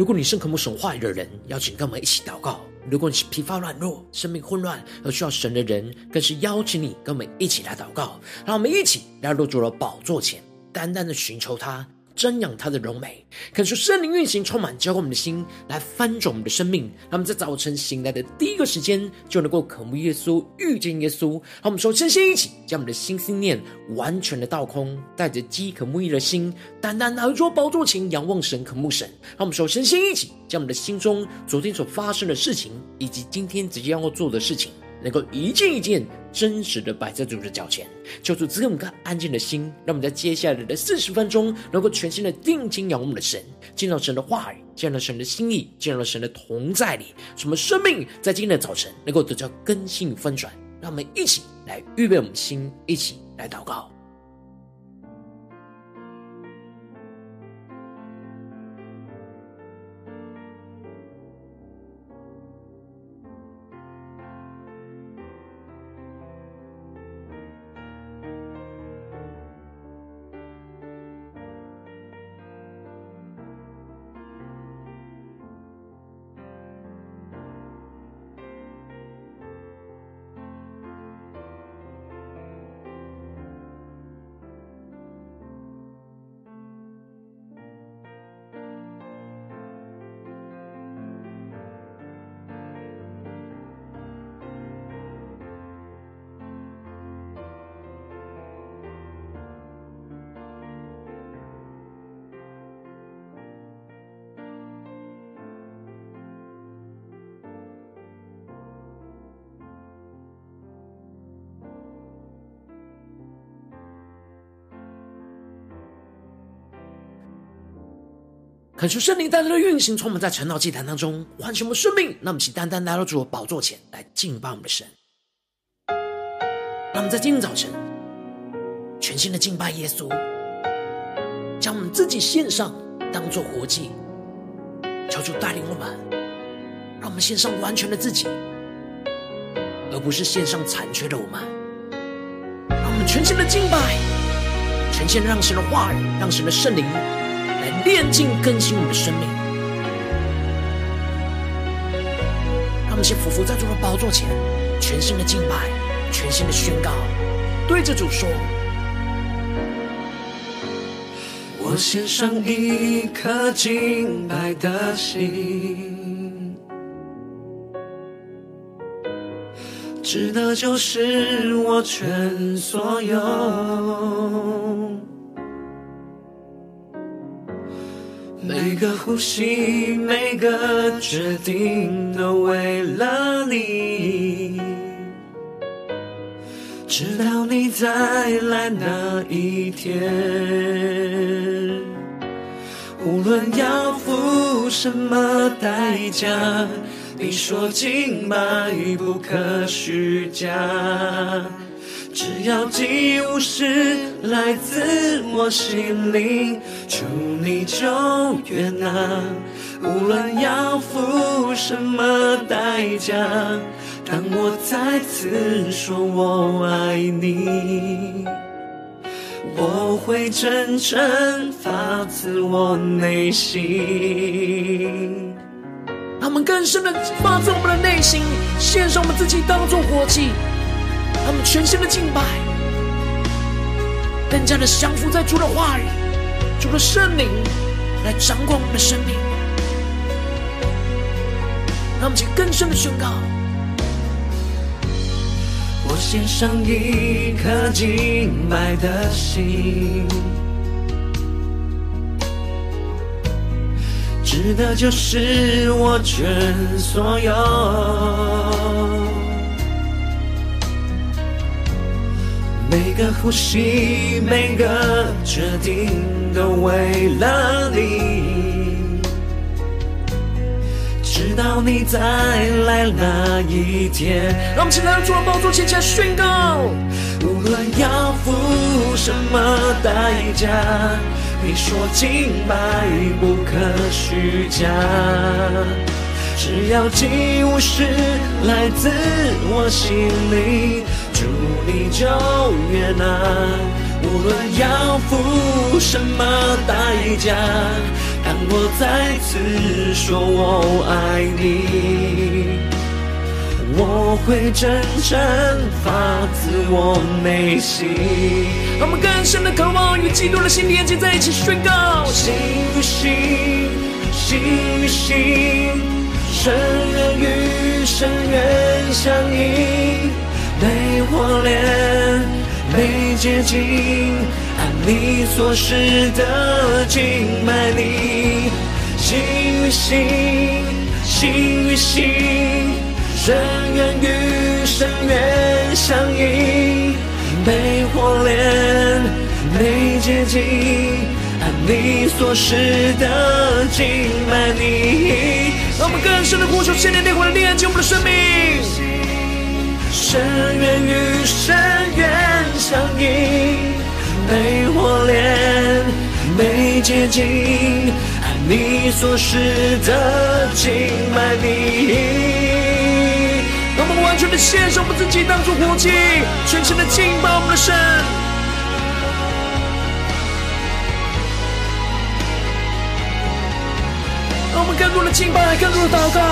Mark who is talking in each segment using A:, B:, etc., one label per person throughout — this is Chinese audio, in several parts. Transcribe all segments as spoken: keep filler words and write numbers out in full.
A: 如果你是渴慕神话语的人，邀请跟我们一起祷告；如果你是疲乏软弱、生命混乱而需要神的人，更是邀请你跟我们一起来祷告。让我们一起来入主了宝座前，单单的寻求他，瞻仰他的荣美，恳求圣灵运行，充满浇灌我们的心，来翻转我们的生命。让我们在早晨醒来的第一个时间，就能够渴慕耶稣，遇见耶稣。让我们首先先一起将我们的心思念完全的倒空，带着饥渴慕义的心，单单来做宝座前，仰望神，渴慕神。让我们首先先一起将我们的心中昨天所发生的事情，以及今天即将要做的事情，能够一件一件真实的摆在主的脚前，求主赐给我们个安静的心，让我们在接下来的四十分钟，能够全心的定睛仰望我们的神，见到神的话语，见到神的心意，见到神的同在里，使我们生命在今天的早晨能够得到更新与翻转。让我们一起来预备我们的心，一起来祷告。恳求圣灵带来的运行，充满在晨祷祭坛当中，唤醒我们生命。让我们一起单单来到主的宝座前来敬拜我们的神。让我们在今天早晨全心的敬拜耶稣，将我们自己献上，当作活祭。求主带领我们，让我们献上完全的自己，而不是献上残缺的我们。让我们全心的敬拜，全心让神的话语，让神的圣灵来炼净更新我们的生命。让我们先俯伏在主的宝座前，全心的敬拜，全心的宣告，对着主说：
B: 我献上一颗敬拜的心，值得就是我全所有。每个呼吸，每个决定，都为了你。直到你再来那一天，无论要付什么代价，你说敬拜不可虚假。只要祭物是来自我心灵，求你就悦纳。无论要付什么代价，当我再次说我爱你，我会真正发自我内心。
A: 让我们更深的发自我们的内心，献上我们自己当作活祭。让我们全心的敬拜，更加的降服在主的话语，主的圣灵来掌管我们的生命。让我们请更深的宣告：
B: 我献上一颗敬拜的心，值得就是我全所有。每个呼吸，每个决定，都为了你。直到你再来那一天，
A: 让我们请来到主的宝座前来宣告：
B: 无论要付什么代价，你说敬拜不可虚假。只要祭物是来自我心里，主你就悦纳。无论要付什么代价，当当我再次说我爱你，我会真正发自我内心。
A: 让我们更深的渴望与基督的心连接在一起，宣告
B: 心与心，心与心，深渊与深渊相映，被火炼，被洁净，按你所示的敬拜你。心与心，心与心，深渊与深渊相映，被火炼，被洁净，按你所示的敬拜你。
A: 让我们更深的呼求圣灵内火的炼净我们的生命。
B: 深渊与深渊相映，被火炼，被洁净，按你所示的敬拜你。
A: 让我们完全的献上我们自己，当作活祭，全心的敬拜我们的神。让我们更多的敬拜，更多的祷告，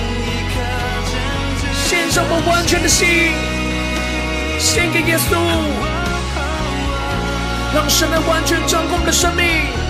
A: 献上我们完全的心，献给耶稣，让神来完全掌控我们的生命。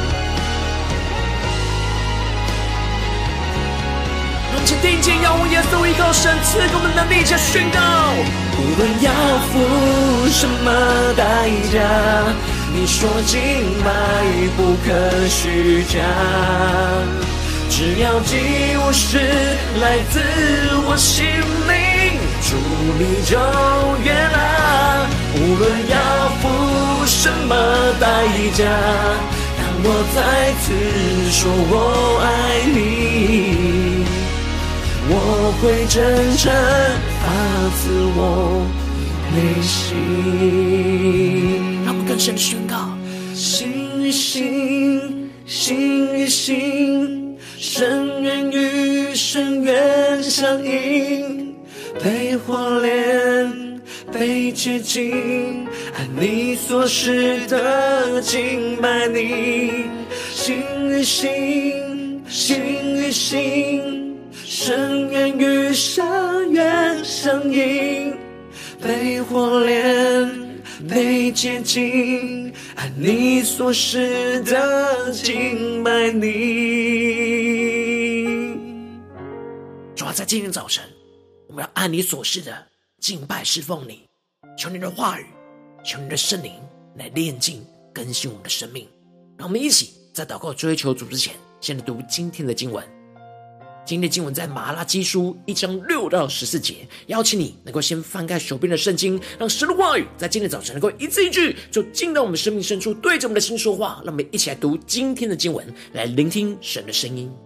A: 让我们定睛仰望耶稣，依靠神赐给我们的能力，加宣告：
B: 无论要付什么代价，你说敬拜不可虚假。只要祭物是来自我心灵，主你就悦纳。无论要付什么代价，当我再次说我爱你，我会真诚发自我内心。
A: 让我们更深的宣告：
B: 心与心，心与心，深渊与深渊相映，被火炼，被洁净，按你所示的敬拜你。心与心，心与心，深渊与深渊相映，被火炼，被洁净，按你所示的敬拜你。
A: 主啊，在今天早晨，我们要按你所示的敬拜侍奉你，求你的话语，求你的圣灵来炼净更新我们的生命。让我们一起在祷告追求主之前，先来读今天的经文。今天的经文在马拉基书一章六到十四节，邀请你能够先翻开手边的圣经，让神的话语在今天早晨能够一字一句就进到我们生命深处，对着我们的心说话。让我们一起来读今天的经文，来聆听神的声音。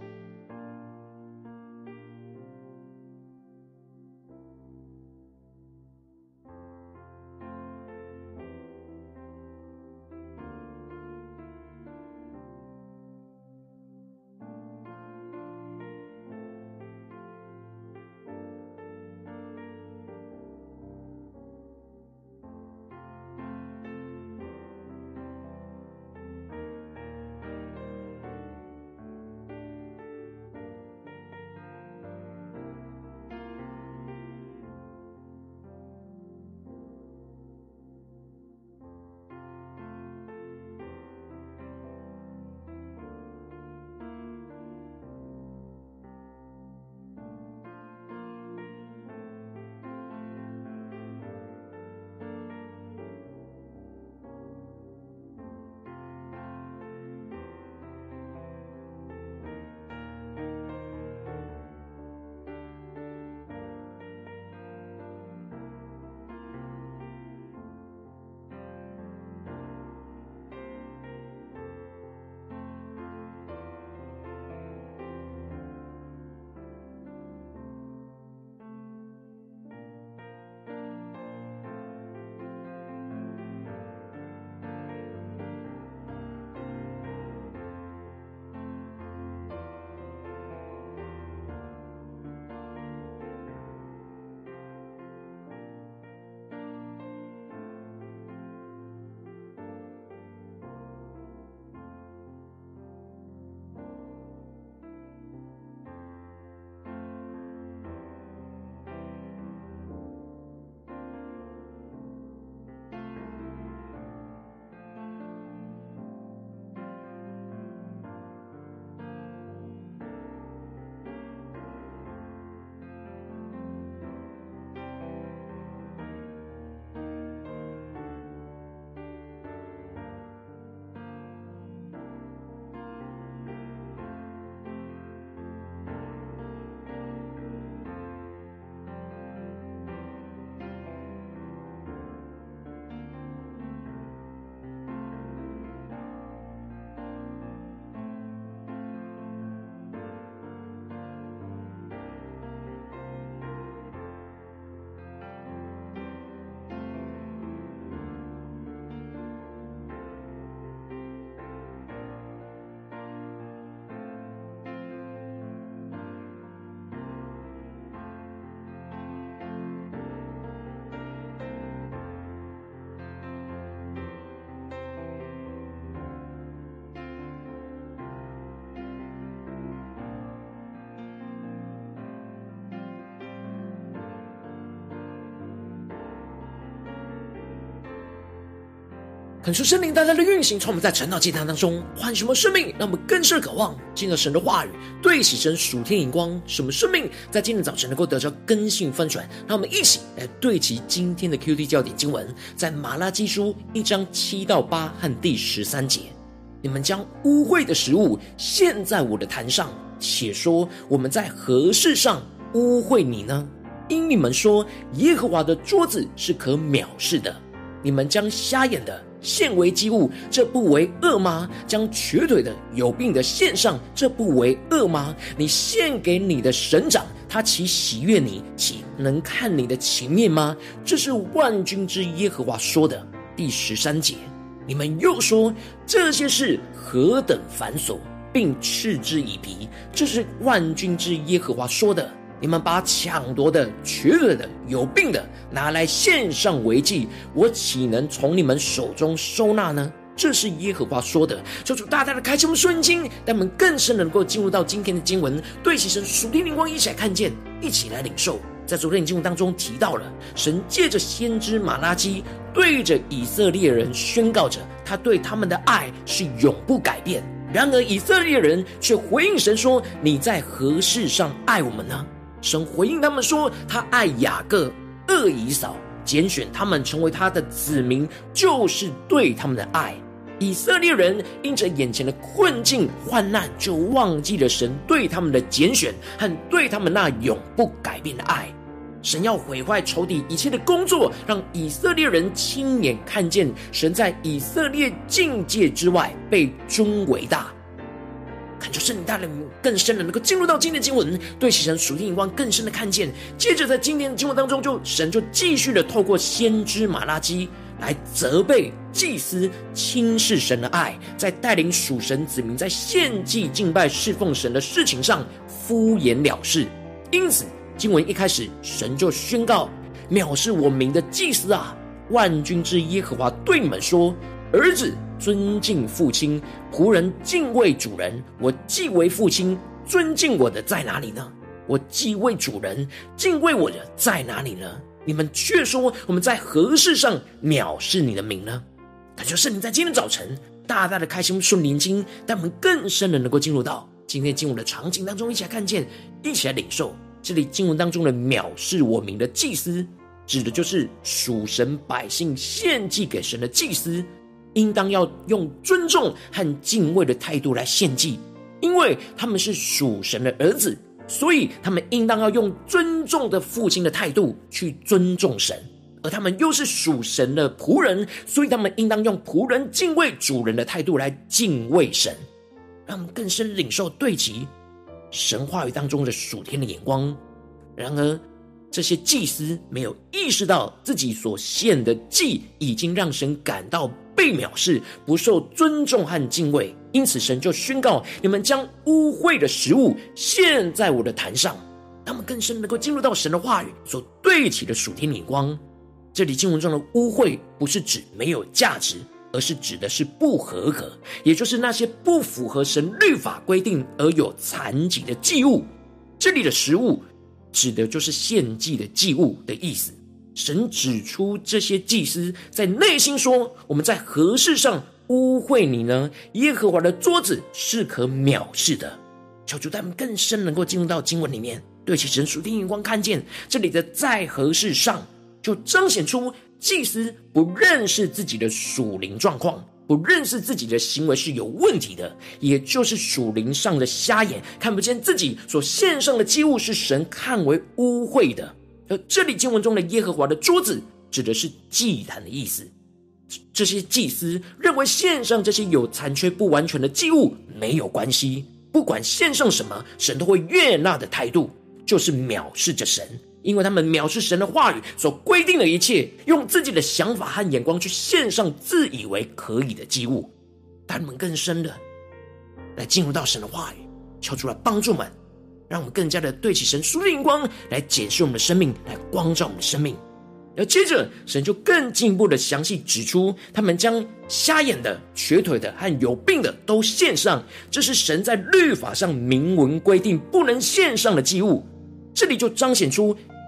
A: 恳求圣灵大大的运行，从我们在晨祷祭坛当中唤醒我们生命，让我们更深渴望进入神的话语，对齐神属天眼光，使我们生命在今天早晨能够得到更新翻转。让我们一起来对齐今天的 Q T 焦点经文，在马拉基书一章七到八和第十三节。你们将污秽的食物献在我的坛上，且说我们在何事上污秽你呢？因你们说耶和华的桌子是可藐视的。你们将瞎眼的献为祭物，这不为恶吗？将瘸腿的有病的献上，这不为恶吗？你献给你的神长，他岂喜悦你，岂能看你的情面吗？这是万军之耶和华说的。第十三节，你们又说这些事何等繁琐，并嗤之以鼻，这是万军之耶和华说的。你们把抢夺的、瘸腿的、有病的拿来献上为祭，我岂能从你们手中收纳呢？这是耶和华说的。求主大大的开启我们顺经，让我们更深能够进入到今天的经文，对齐神属天灵光，一起来看见，一起来领受。在昨天的经文当中提到了，神借着先知马拉基对着以色列人宣告着，他对他们的爱是永不改变。然而以色列人却回应神说，你在何事上爱我们呢？神回应他们说，他爱雅各，恶以扫，拣选他们成为他的子民，就是对他们的爱。以色列人因着眼前的困境患难，就忘记了神对他们的拣选和对他们那永不改变的爱。神要毁坏仇敌一切的工作，让以色列人亲眼看见神在以色列境界之外被尊为大。恳求圣灵大人更深的能够进入到今天的经文，对其神属天眼光更深的看见。接着在今天的经文当中，就神就继续的透过先知马拉基来责备祭司轻视神的爱，在带领属神子民在献祭敬拜侍奉神的事情上敷衍了事。因此经文一开始，神就宣告，藐视我名的祭司啊，万军之耶和华对你们说，儿子尊敬父亲，仆人敬畏主人。我既为父亲，尊敬我的在哪里呢？我既为主人，敬畏我的在哪里呢？你们却说我们在何事上藐视你的名呢？感谢圣灵在今天早晨大大的开心顺灵经，但我们更深的能够进入到今天经文的场景当中，一起来看见，一起来领受。这里经文当中的藐视我名的祭司，指的就是属神百姓献祭给神的祭司，应当要用尊重和敬畏的态度来献祭，因为他们是属神的儿子，所以他们应当要用尊重的父亲的态度去尊重神，而他们又是属神的仆人，所以他们应当用仆人敬畏主人的态度来敬畏神。让我们更深领受对齐神话语当中的属天的眼光。然而这些祭司没有意识到自己所献的祭已经让神感到被藐视，不受尊重和敬畏，因此神就宣告，你们将污秽的食物献在我的坛上。他们更深能够进入到神的话语所对齐的属天眼光。这里经文中的污秽不是指没有价值，而是指的是不合格，也就是那些不符合神律法规定而有残疾的祭物。这里的食物指的就是献祭的祭物的意思。神指出这些祭司在内心说，我们在何事上污秽你呢？耶和华的桌子是可藐视的。求主他们更深能够进入到经文里面，对其神属天眼光看见这里的在何事上，就彰显出祭司不认识自己的属灵状况，不认识自己的行为是有问题的，也就是属灵上的瞎眼，看不见自己所献上的祭物是神看为污秽的。而这里经文中的耶和华的桌子指的是祭坛的意思。这些祭司认为献上这些有残缺不完全的祭物没有关系，不管献上什么，神都会悦纳的态度，就是藐视着神。因为他们藐视神的话语所规定的一切，用自己的想法和眼光去献上自以为可以的祭物。他们更深的来进入到神的话语，求主来帮助我们，让我们更加的对齐神属灵光，来检视我们的生命，来光照我们的生命。而接着神就更进一步的详细指出，他们将瞎眼的、瘸腿的和有病的都献上，这是神在律法上明文规定不能献上的祭物。这里就彰显出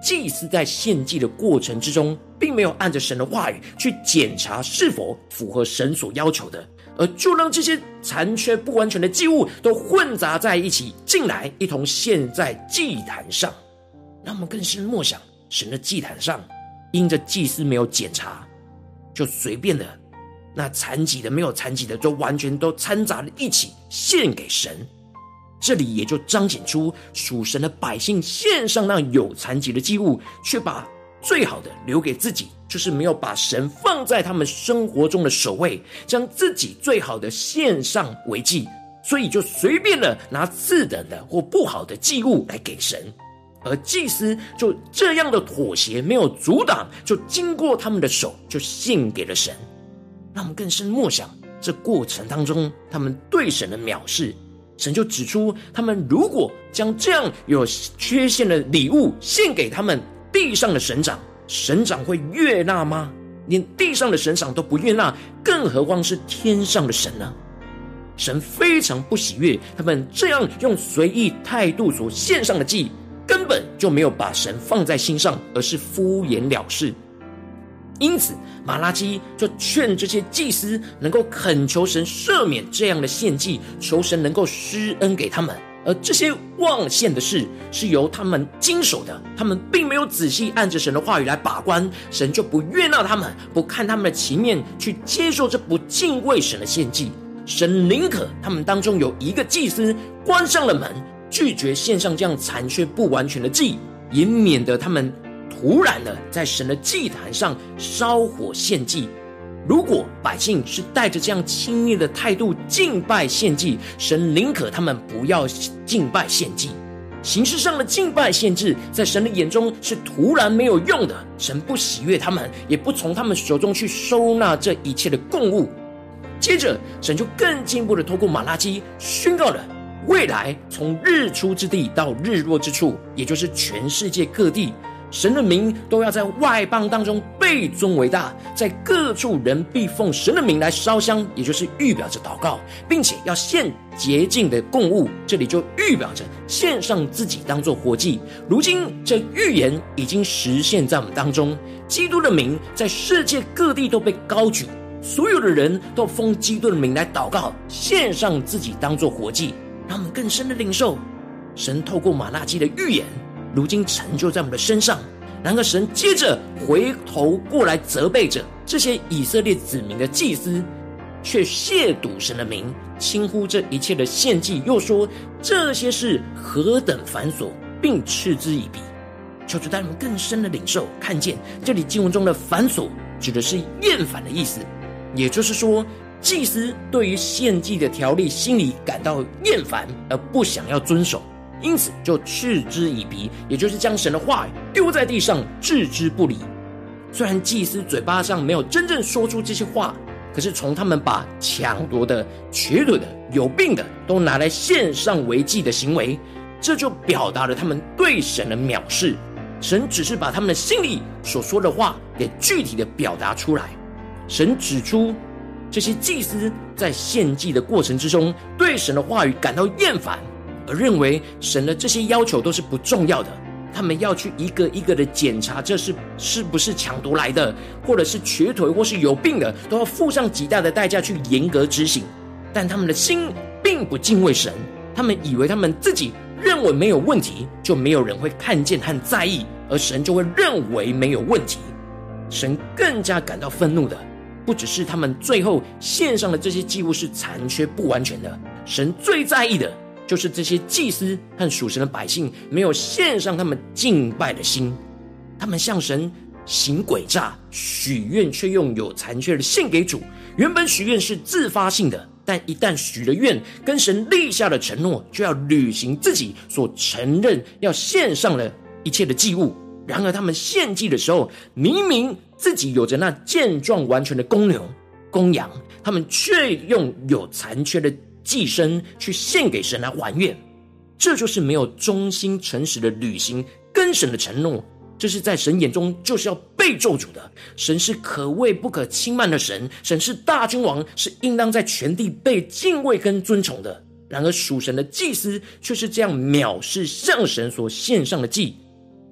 A: 祭司在献祭的过程之中，并没有按着神的话语去检查是否符合神所要求的，而就让这些残缺不完全的祭物都混杂在一起进来，一同献在祭坛上。让我们更深默想，神的祭坛上因着祭司没有检查，就随便的那残疾的没有残疾的就完全都掺杂了一起献给神。这里也就彰显出属神的百姓献上那有残疾的祭物，却把最好的留给自己，就是没有把神放在他们生活中的首位，将自己最好的献上为祭，所以就随便的拿次等的或不好的祭物来给神。而祭司就这样的妥协，没有阻挡，就经过他们的手，就献给了神。让我们更深默想这过程当中他们对神的藐视。神就指出，他们如果将这样有缺陷的礼物献给他们地上的神长，神长会悦纳吗？连地上的神长都不悦纳，更何况是天上的神呢？神非常不喜悦他们这样用随意态度所献上的祭，根本就没有把神放在心上，而是敷衍了事。因此马拉基就劝这些祭司能够恳求神赦免这样的献祭，求神能够施恩给他们。而这些妄献的事是由他们经手的，他们并没有仔细按着神的话语来把关，神就不悦纳他们，不看他们的情面去接受这不敬畏神的献祭。神宁可他们当中有一个祭司关上了门，拒绝献上这样残缺不完全的祭，也免得他们突然的在神的祭坛上烧火献祭。如果百姓是带着这样轻蔑的态度敬拜献祭，神宁可他们不要敬拜献祭。形式上的敬拜献祭在神的眼中是突然没有用的，神不喜悦他们，也不从他们手中去收纳这一切的供物。接着神就更进一步的透过马拉基宣告了未来从日出之地到日落之处，也就是全世界各地，神的名都要在外邦当中被尊为大，在各处人必奉神的名来烧香，也就是预表着祷告，并且要献洁净的供物，这里就预表着献上自己当作活祭。如今这预言已经实现在我们当中，基督的名在世界各地都被高举，所有的人都奉基督的名来祷告，献上自己当作活祭。让我们更深的领受神透过马拉基的预言如今成就在我们的身上。然而神接着回头过来责备着这些以色列子民的祭司，却亵渎神的名，轻忽这一切的献祭，又说这些事何等繁琐，并嗤之以鼻。求主带我们更深的领受看见这里经文中的繁琐指的是厌烦的意思，也就是说祭司对于献祭的条例心里感到厌烦而不想要遵守，因此就嗤之以鼻，也就是将神的话语丢在地上置之不理。虽然祭司嘴巴上没有真正说出这些话，可是从他们把抢夺的、瘸腿的、有病的都拿来献上为祭的行为，这就表达了他们对神的藐视。神只是把他们的心里所说的话给具体的表达出来。神指出这些祭司在献祭的过程之中对神的话语感到厌烦，而认为神的这些要求都是不重要的，他们要去一个一个的检查这是是不是抢夺来的，或者是瘸腿或是有病的，都要付上极大的代价去严格执行。但他们的心并不敬畏神，他们以为他们自己认为没有问题，就没有人会看见和在意，而神就会认为没有问题。神更加感到愤怒的不只是他们最后献上的这些祭物是残缺不完全的，神最在意的就是这些祭司和属神的百姓没有献上他们敬拜的心。他们向神行诡诈，许愿却用有残缺的献给主。原本许愿是自发性的，但一旦许了愿，跟神立下了承诺，就要履行自己所承认要献上的一切的祭物。然而他们献祭的时候，明明自己有着那健壮完全的公牛公羊，他们却用有残缺的祭牲去献给神来还愿。这就是没有忠心诚实的履行跟神的承诺，这是在神眼中就是要被咒诅的。神是可畏不可轻慢的神，神是大君王，是应当在全地被敬畏跟尊崇的。然而属神的祭司却是这样藐视向神所献上的祭，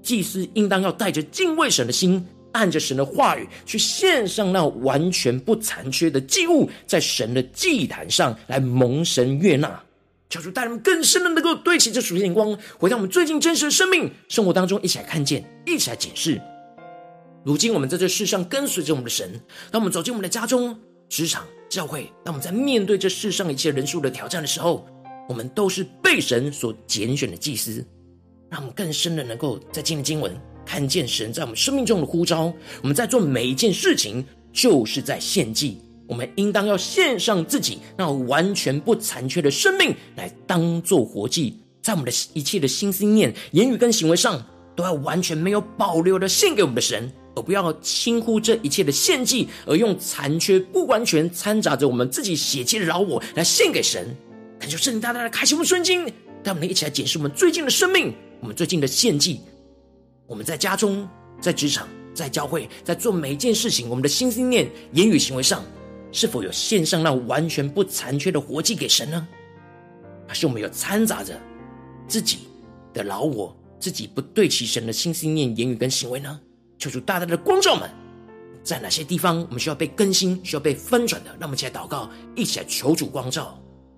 A: 祭司应当要带着敬畏神的心，按着神的话语去献上那完全不残缺的祭物，在神的祭坛上来蒙神悦纳。求主带人们更深的能够对齐这属天眼光，回到我们最近真实的生命生活当中，一起来看见，一起来检视。如今我们在这世上跟随着我们的神，当我们走进我们的家中、职场、教会，当我们在面对这世上一切人数的挑战的时候，我们都是被神所拣选的祭司。让我们更深的能够在今天经文看见神在我们生命中的呼召。我们在做每一件事情就是在献祭，我们应当要献上自己那完全不残缺的生命来当做活祭，在我们的一切的心思念、言语跟行为上都要完全没有保留的献给我们的神，而不要轻忽这一切的献祭，而用残缺不完全掺杂着我们自己血气的老我来献给神。恳求圣灵大大的开启我们顺经，带我们一起来检视我们最近的生命，我们最近的献祭，我们在家中、在职场、在教会，在做每一件事情，我们的心思念、言语行为上，是否有献上那完全不残缺的活祭给神呢？还是我们有掺杂着自己的老我，自己不对齐神的心思念、言语跟行为呢？求主大大的光照们，在哪些地方我们需要被更新、需要被翻转的？让我们一起来祷告，一起来求主光照。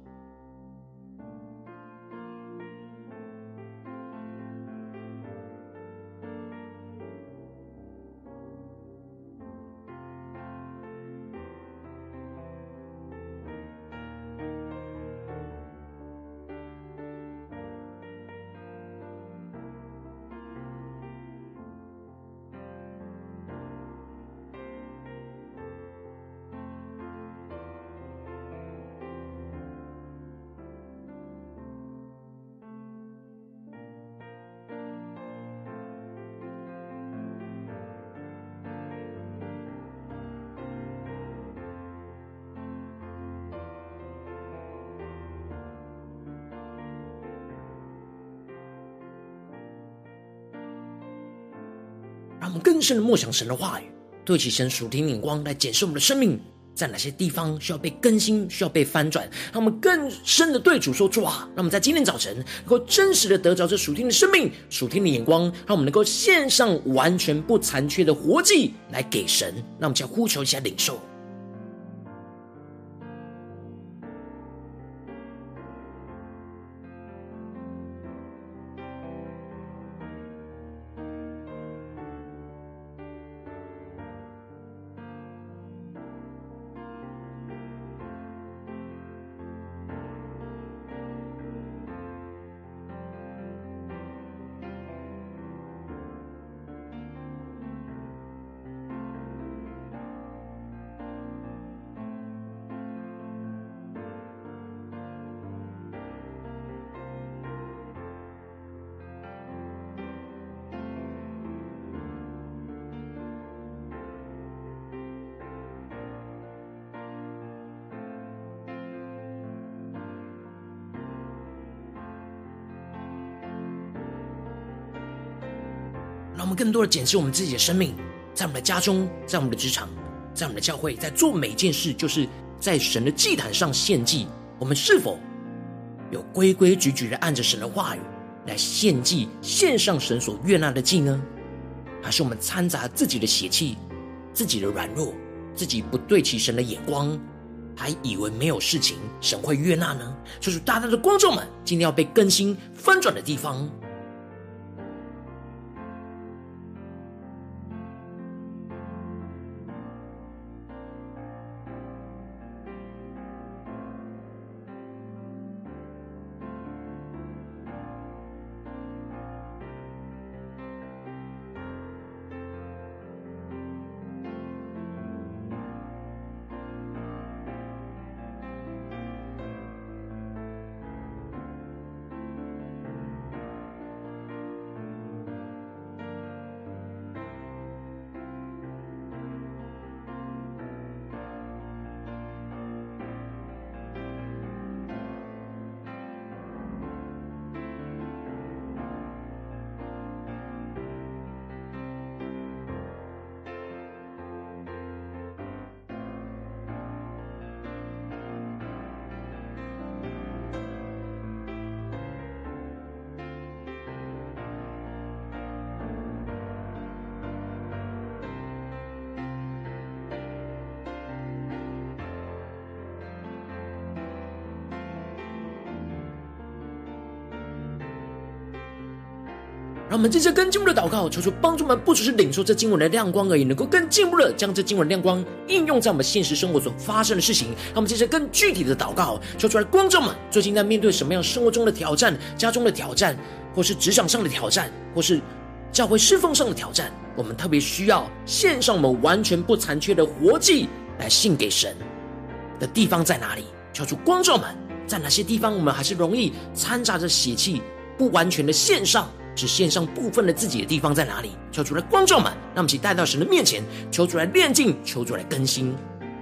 A: 让我们更深的默想神的话语，对齐神属天眼光来检视我们的生命，在哪些地方需要被更新，需要被翻转。让我们更深的对主说，主啊，让我们在今天早晨能够真实的得着这属天的生命、属天的眼光，让我们能够献上完全不残缺的活祭来给神。让我们再呼求一下领受。让我们更多的检视我们自己的生命，在我们的家中，在我们的职场，在我们的教会，在做每一件事，就是在神的祭坛上献祭。我们是否有规规矩矩的按着神的话语来献祭，献上神所悦纳的祭呢？还是我们掺杂自己的血气、自己的软弱、自己不对齐神的眼光，还以为没有事情神会悦纳呢？就是大大的光照们今天要被更新翻转的地方。 让我们接着更进一步的祷告，求主帮助我们，不只是领受这经文的亮光而已，能够更进一步的将这经文的亮光应用在我们现实生活所发生的事情。让我们接着更具体的祷告，求出来光照们最近在面对什么样生活中的挑战、家中的挑战，或是职场上的挑战，或是教会侍奉上的挑战，我们特别需要献上我们完全不残缺的活祭来献给神的地方在哪里？求主光照们，在哪些地方我们还是容易掺杂着血气，不完全的献上，只献上部分的自己的地方在哪里？求主来光照们，让我们一起带到神的面前，求主来炼净，求主来更新。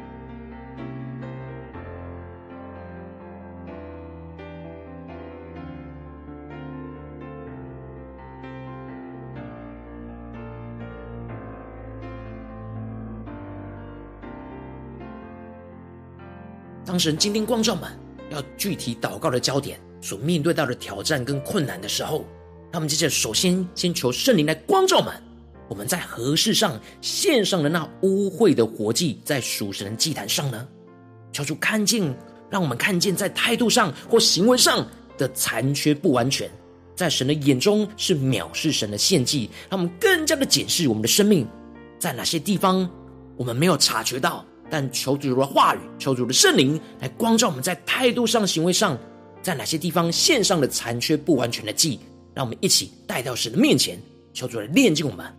A: 当神今天光照们要具体祷告的焦点所面对到的挑战跟困难的时候，让我们接着首先先求圣灵来光照们，我们在何事上献上的那污秽的活祭，在属神的祭坛上呢？求主看见，让我们看见在态度上或行为上的残缺不完全，在神的眼中是藐视神的献祭。让我们更加的检视我们的生命，在哪些地方我们没有察觉到，但求主的话语，求主的圣灵来光照我们在态度上、行为上，在哪些地方献上的残缺不完全的祭，让我们一起带到神的面前，求主来炼净我们。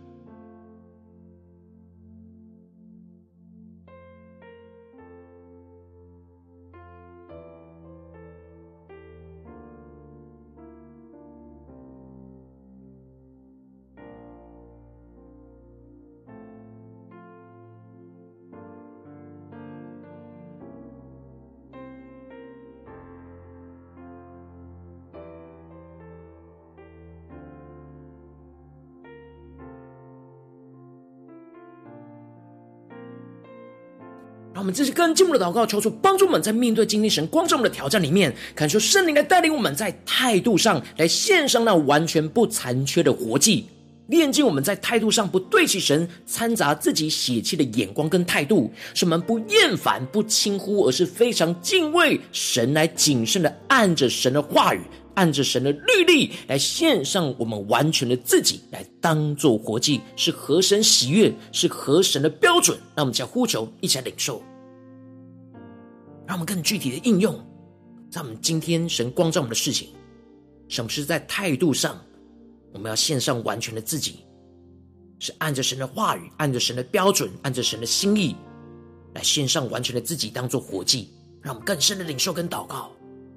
A: 让我们这是更进一步的祷告，求主帮助我们在面对今天神光照我们的挑战里面，恳求圣灵来带领我们在态度上来献上那完全不残缺的活祭，炼净我们在态度上不对齐神掺杂自己血气的眼光跟态度，使我们不厌烦不轻忽，而是非常敬畏神，来谨慎的按着神的话语，按着神的律例来献上我们完全的自己，来当作活祭，是合神喜悦，是合神的标准。让我们一起来呼求，一起来领受，让我们更具体的应用在我们今天神光照我们的事情。什么是在态度上我们要献上完全的自己，是按着神的话语，按着神的标准，按着神的心意来献上完全的自己当作活祭。让我们更深的领受跟祷告。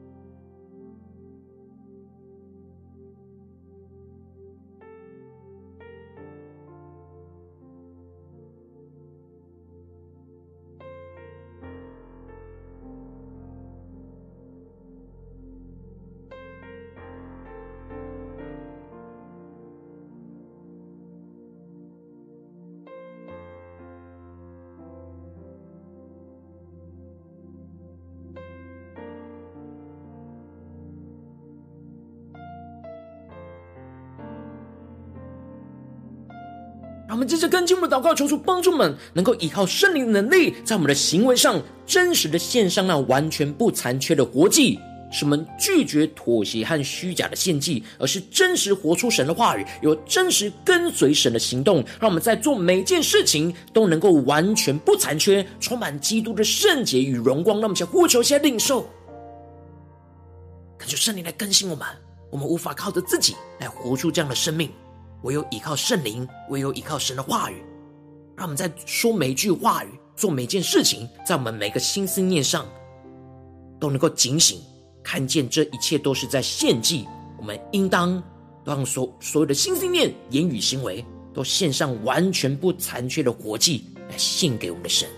A: 让我们接着更进一步的祷告，求主帮助我们能够依靠圣灵的能力，在我们的行为上真实的献上那完全不残缺的活祭，使我们拒绝妥协和虚假的献祭，而是真实活出神的话语，有真实跟随神的行动。让我们在做每件事情都能够完全不残缺，充满基督的圣洁与荣光。让我们先呼求，先领受，恳求圣灵来更新我们。我们无法靠着自己来活出这样的生命，唯有依靠圣灵，唯有依靠神的话语。让我们在说每一句话语，做每件事情，在我们每个心思念上都能够警醒，看见这一切都是在献祭。我们应当让所所有的心思念、言语、行为都献上完全不残缺的活祭，来献给我们的神。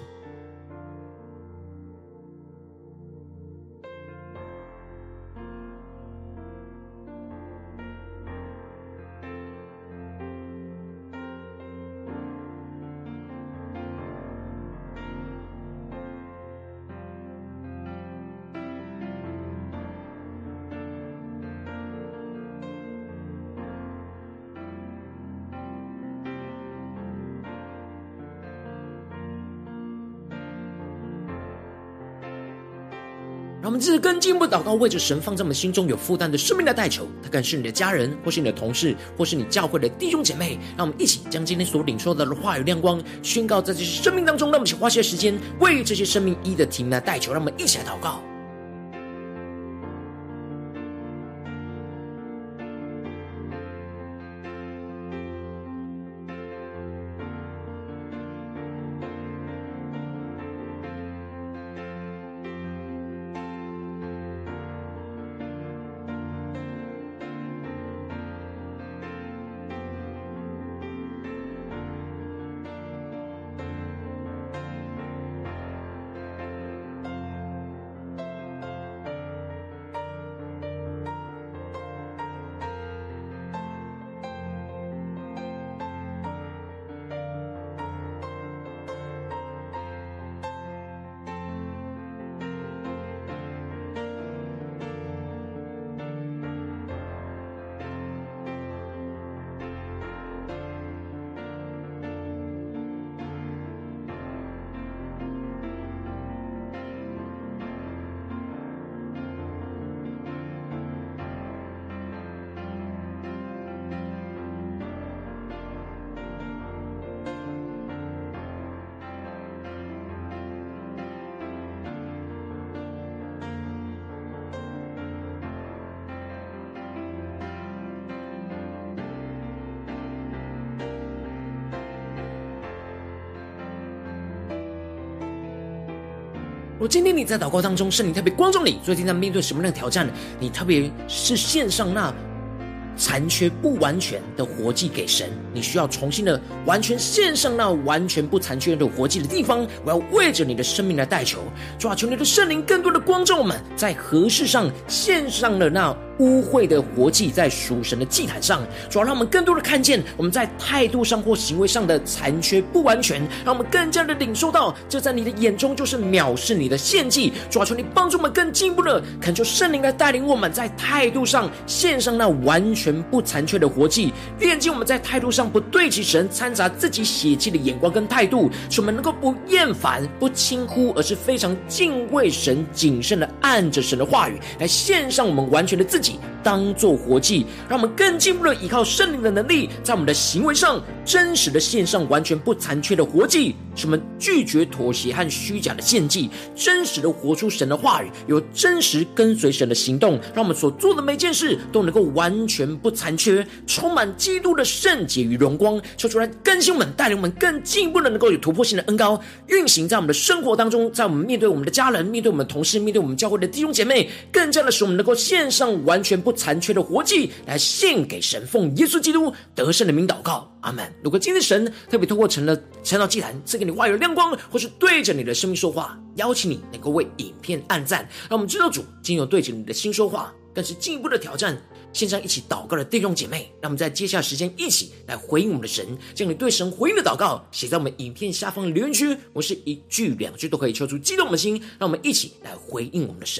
A: 让我们这次更进一步祷告，为着神放在我们心中有负担的生命来代求，他可能是你的家人，或是你的同事，或是你教会的弟兄姐妹。让我们一起将今天所领受到的话语亮光宣告在这些生命当中。让我们一起花些时间为这些生命一一的提名来代求。让我们一起来祷告。如果今天你在祷告当中，圣灵特别光照你，最近在面对什么样的挑战？你特别是献上那残缺不完全的活祭给神，你需要重新的完全献上那完全不残缺的活祭的地方，我要为着你的生命来代求。主啊，求你的圣灵更多的光照我们，在何事上献上了那污秽的活祭，在属神的祭坛上。主要让我们更多的看见我们在态度上或行为上的残缺不完全，让我们更加的领受到这在你的眼中就是藐视你的献祭。主要求你帮助我们更进一步的恳求圣灵来带领我们，在态度上献上那完全不残缺的活祭，炼净我们在态度上不对齐神掺杂自己血气的眼光跟态度，使我们能够不厌烦不轻忽，而是非常敬畏神，谨慎的按着神的话语来献上我们完全的自己当作活祭。让我们更进一步的依靠圣灵的能力，在我们的行为上真实的献上完全不残缺的活祭，使我们拒绝妥协和虚假的献祭，真实的活出神的话语，有真实跟随神的行动，让我们所做的每件事都能够完全不残缺，充满基督的圣洁与荣光。求主来更新我们，带领我们更进一步的能够有突破性的恩膏运行在我们的生活当中，在我们面对我们的家人，面对我们的同事，面对我们教会的弟兄姐妹，更加的使我们能够献上完全不残缺的活祭来献给神。奉耶稣基督得胜的名祷告，阿们。如果今天神特别透过成了晨祷祭坛赐给你话语的亮光，或是对着你的生命说话，邀请你能够为影片按赞，让我们知道主今有对着你的心说话，更是进一步的挑战线上一起祷告的弟兄姐妹。让我们在接下来时间一起来回应我们的神，将你对神回应的祷告写在我们影片下方的留言区，我是一句两句都可以抽出激动我们的心，让我们一起来回应我们的神。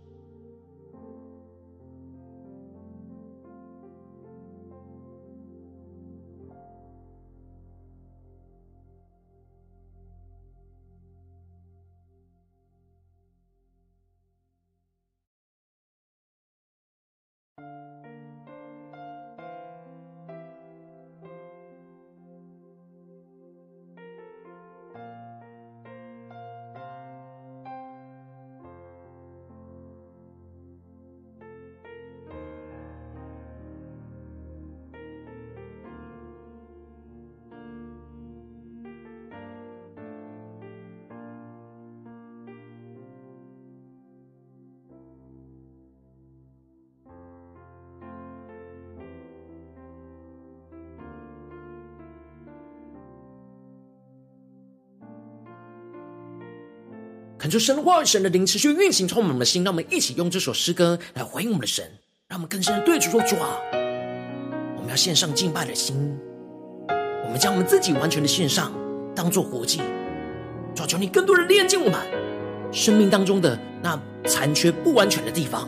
A: 恳求神的话语、神的灵持续运行充满我们的心，让我们一起用这首诗歌来回应我们的神，让我们更深的对主说：主啊，我们要献上敬拜的心，我们将我们自己完全的献上，当作活祭。主啊，求你更多的炼净我们生命当中的那残缺不完全的地方，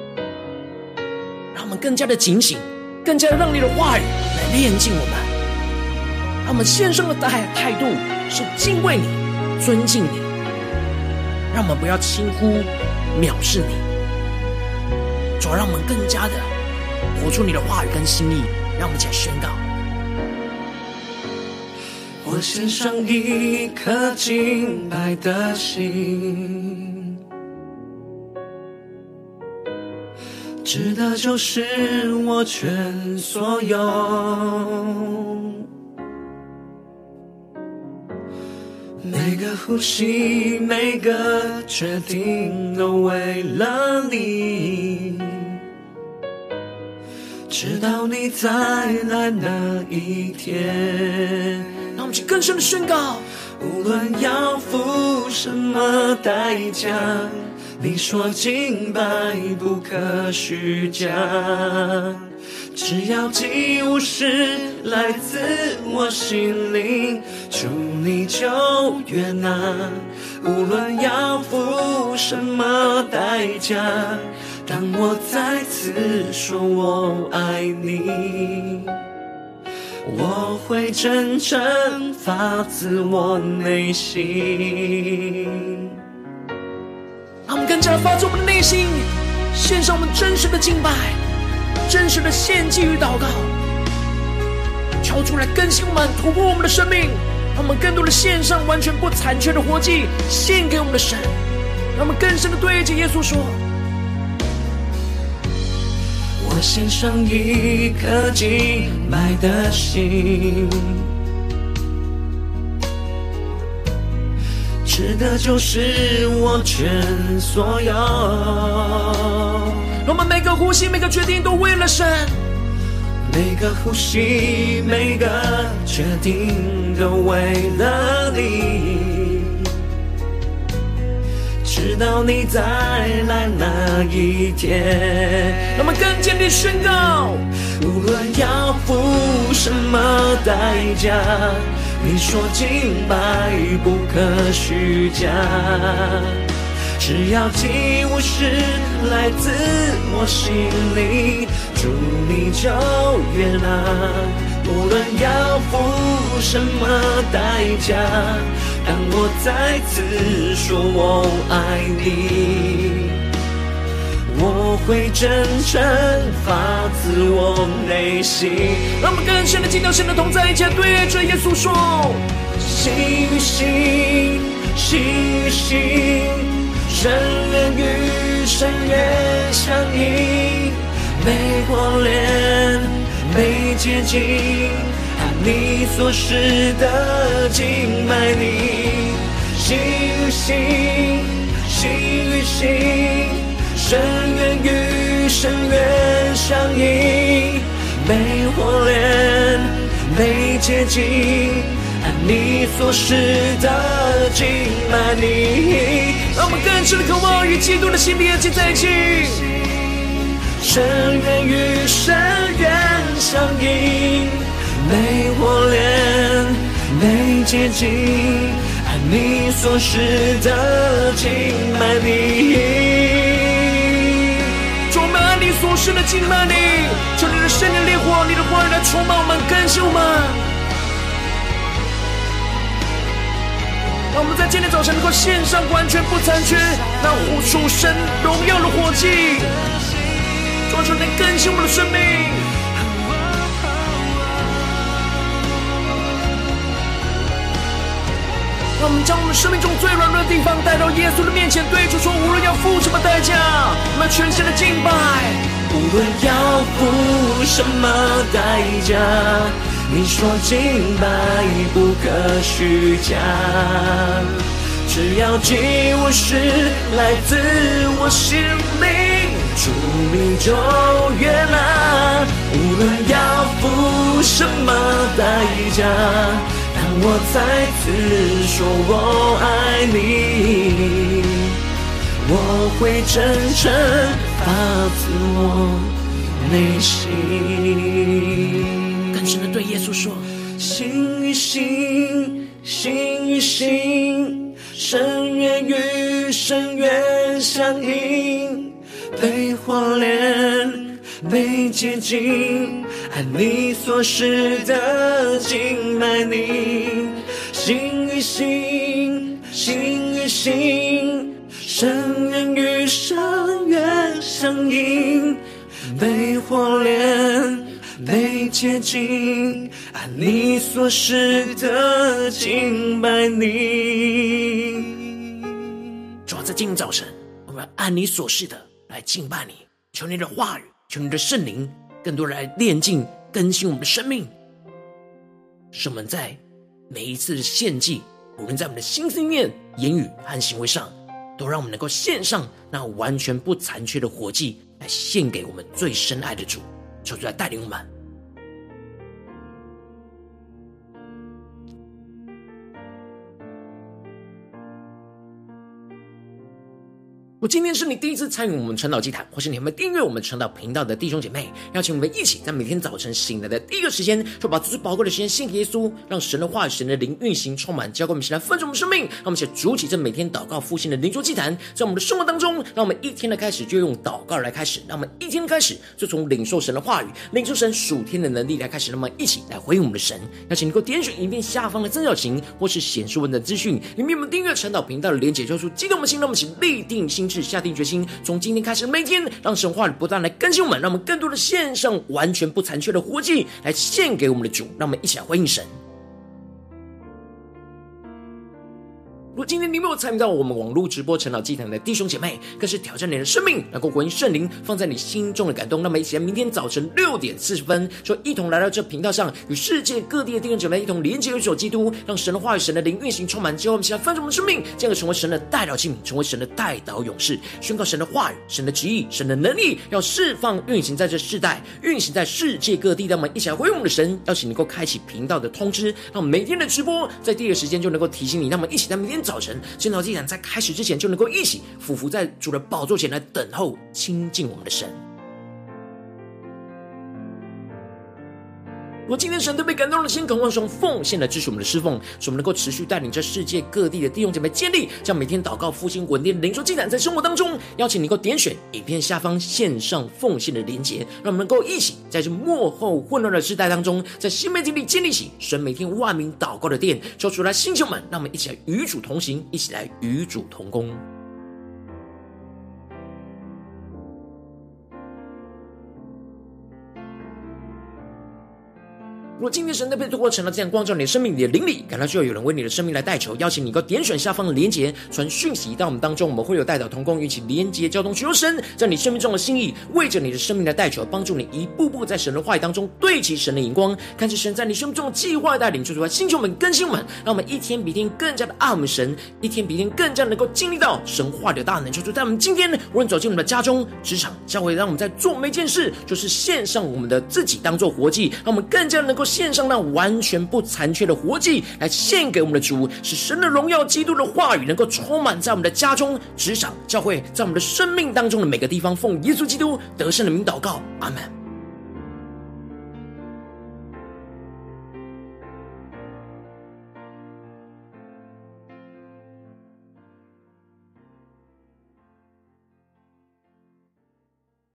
A: 让我们更加的警醒，更加的让你的话语来炼净我们，让我们献上的态态度是敬畏你、尊敬你，让我们不要轻忽藐视你。主啊，让我们更加的活出你的话语跟心意，让我们一起来宣告。
B: 我献上一颗敬拜的心，值得就是我全所有，每个呼吸，每个决定都为了你，直到你再来那一天。
A: 让我们去更深的宣告，
B: 无论要付什么代价，你说敬拜不可虚假，只要祭物是来自我心灵，主你就悦纳。无论要付什么代价，当我再次说我爱你，我会真正发自我内心。
A: 让我们更加的发自我们的内心，献上我们真实的敬拜，真实的献祭与祷告，求主来更新我们，突破我们的生命，让我们更多的献上完全不残缺的活祭，献给我们的神。让我们更深的对着耶稣说，
B: 我献上一颗敬拜的心，值得就是我全所有，
A: 让我们每个呼吸每个决定都为了神，
B: 每个呼吸每个决定都为了你，直到你再来那一天。
A: 让我们更坚定宣告，
B: 无论要付什么代价，你说敬拜不可虚假，只要祭物是来自我心里，主你就悦纳。无论要付什么代价，当我再次说我爱你，我会真正发自我内心。
A: 让我们更深的进到神的同在，一起对着耶稣说，
B: 心与心，心与心，深渊与深渊相依，每火炼，每接近，按你所示的敬拜你。心与心，心与心，深渊与深渊相依，每火炼，每接近，按你所示的敬拜你。
A: 让我们更深的渴望与基督的心连接在一起，
B: 深渊与深渊相依，每火炼，每接近，按你所示的敬拜你。
A: 主，我们按你所示的敬拜你，求你的圣灵烈火，你的话语来充满我们，更新我们。让我们在今天早晨能够献上完全不残缺，那呼出神荣耀的火祭。主，求你更新我们的生命。让我们将我们生命中最软弱的地方带到耶稣的面前，对主说，无论要付什么代价，我们全心的敬拜。
B: 无论要付什么代价，你说敬拜不可虚假，只要祭物是来自我心灵，主你就悦纳。无论要付什么代价，当我再次说我爱你，我会真正发自我内心。
A: 更深的对耶稣说，
B: 心与心，心与心，深渊与深渊相映，被火炼，被接近，按你所示的敬拜你。心与心，心与心， 生人与生越相应，被火炼，被洁净，按你所示的敬拜你。
A: 主啊，在今天早晨，我们按你所示的来敬拜你，求你的话语，求你的圣灵更多来炼净更新我们的生命，使我们在每一次的献祭，无论在我们的心思念、言语和行为上，都让我们能够献上那完全不残缺的活祭，来献给我们最深爱的主。求主来带领我们。如果今天是你第一次参与我们晨祷祭坛，或是你还没订阅我们晨祷频道的弟兄姐妹，邀请我们一起在每天早晨醒来的第一个时间，就把最宝贵的时间献给耶稣，让神的话语、神的灵运行充满，交给我们，现在分盛我们生命。让我们一起筑起这每天祷告复兴的灵修祭坛，在我们的生活当中，让我们一天的开始就用祷告来开始，让我们一天开始就从领受神的话语、领受神属天的能力来开始，让我们一起来回应我们的神。邀请你能够点选影片下方的增角形，或是显示文的资讯里面我们订阅晨祷频道的连结，就出激动我们心，让我们一起立定心志，下定决心，从今天开始每天让神话语不断来更新我们，让我们更多的献上完全不残缺的活祭来献给我们的主。让我们一起来回应神。如果今天你没有参与到我们网络直播晨祷祭坛的弟兄姐妹，更是挑战你的生命，能够回应圣灵放在你心中的感动。那么一起来明天早晨六点四十分，就一同来到这频道上，与世界各地的弟兄姐妹一同连接、有所基督，让神的话语、神的灵运行充满。之后我们一起来翻转我们的生命，这样成为神的代祷器皿，成为神的代祷勇士，宣告神的话语、神的旨意、神的能力，要释放运行在这世代，运行在世界各地。让我们一起来回应我们的神，邀请你能够开启频道的通知，让我们每天的直播在第一个时间就能够提醒你。让我们一起在明天早晨晨祷祭坛在开始之前，就能够一起俯伏在主的宝座前来等候亲近我们的神。如果今天神特别感动的心，渴望从奉献来支持我们的侍奉，使我们能够持续带领着世界各地的弟兄姐妹建立将每天祷告复兴稳定的灵修祭坛，在生活当中邀请你能够点选影片下方线上奉献的连结，让我们能够一起在这末后混乱的时代当中，在新媒体里建立起神每天万名祷告的殿。求主来兴起我们，让我们一起来与主同行，一起来与主同工。如果今天神特别透过晨祷这样光照你的生命，你的灵里感到需要有人为你的生命来代求，邀请你能够点选下方的连结，传讯息到我们当中，我们会有代祷同工一起连结交通，寻求神在你生命中的心意，为着你的生命来代求，帮助你一步步在神的话语当中对齐神的眼光，看见神在你生命中的计划带领，就是来星球们更新我们，让我们一天比一天更加的爱我们神，一天比一天更加能够经历到神话的大能。求主在我们今天无论走进我们的家中、职场、教会，让我们在做每件事就是献上我们的自己当做活祭，让我们更加能够献上那完全不残缺的活祭来献给我们的主，使神的荣耀、基督的话语能够充满在我们的家中、职场、教会，在我们的生命当中的每个地方。奉耶稣基督得胜的名祷告，阿们。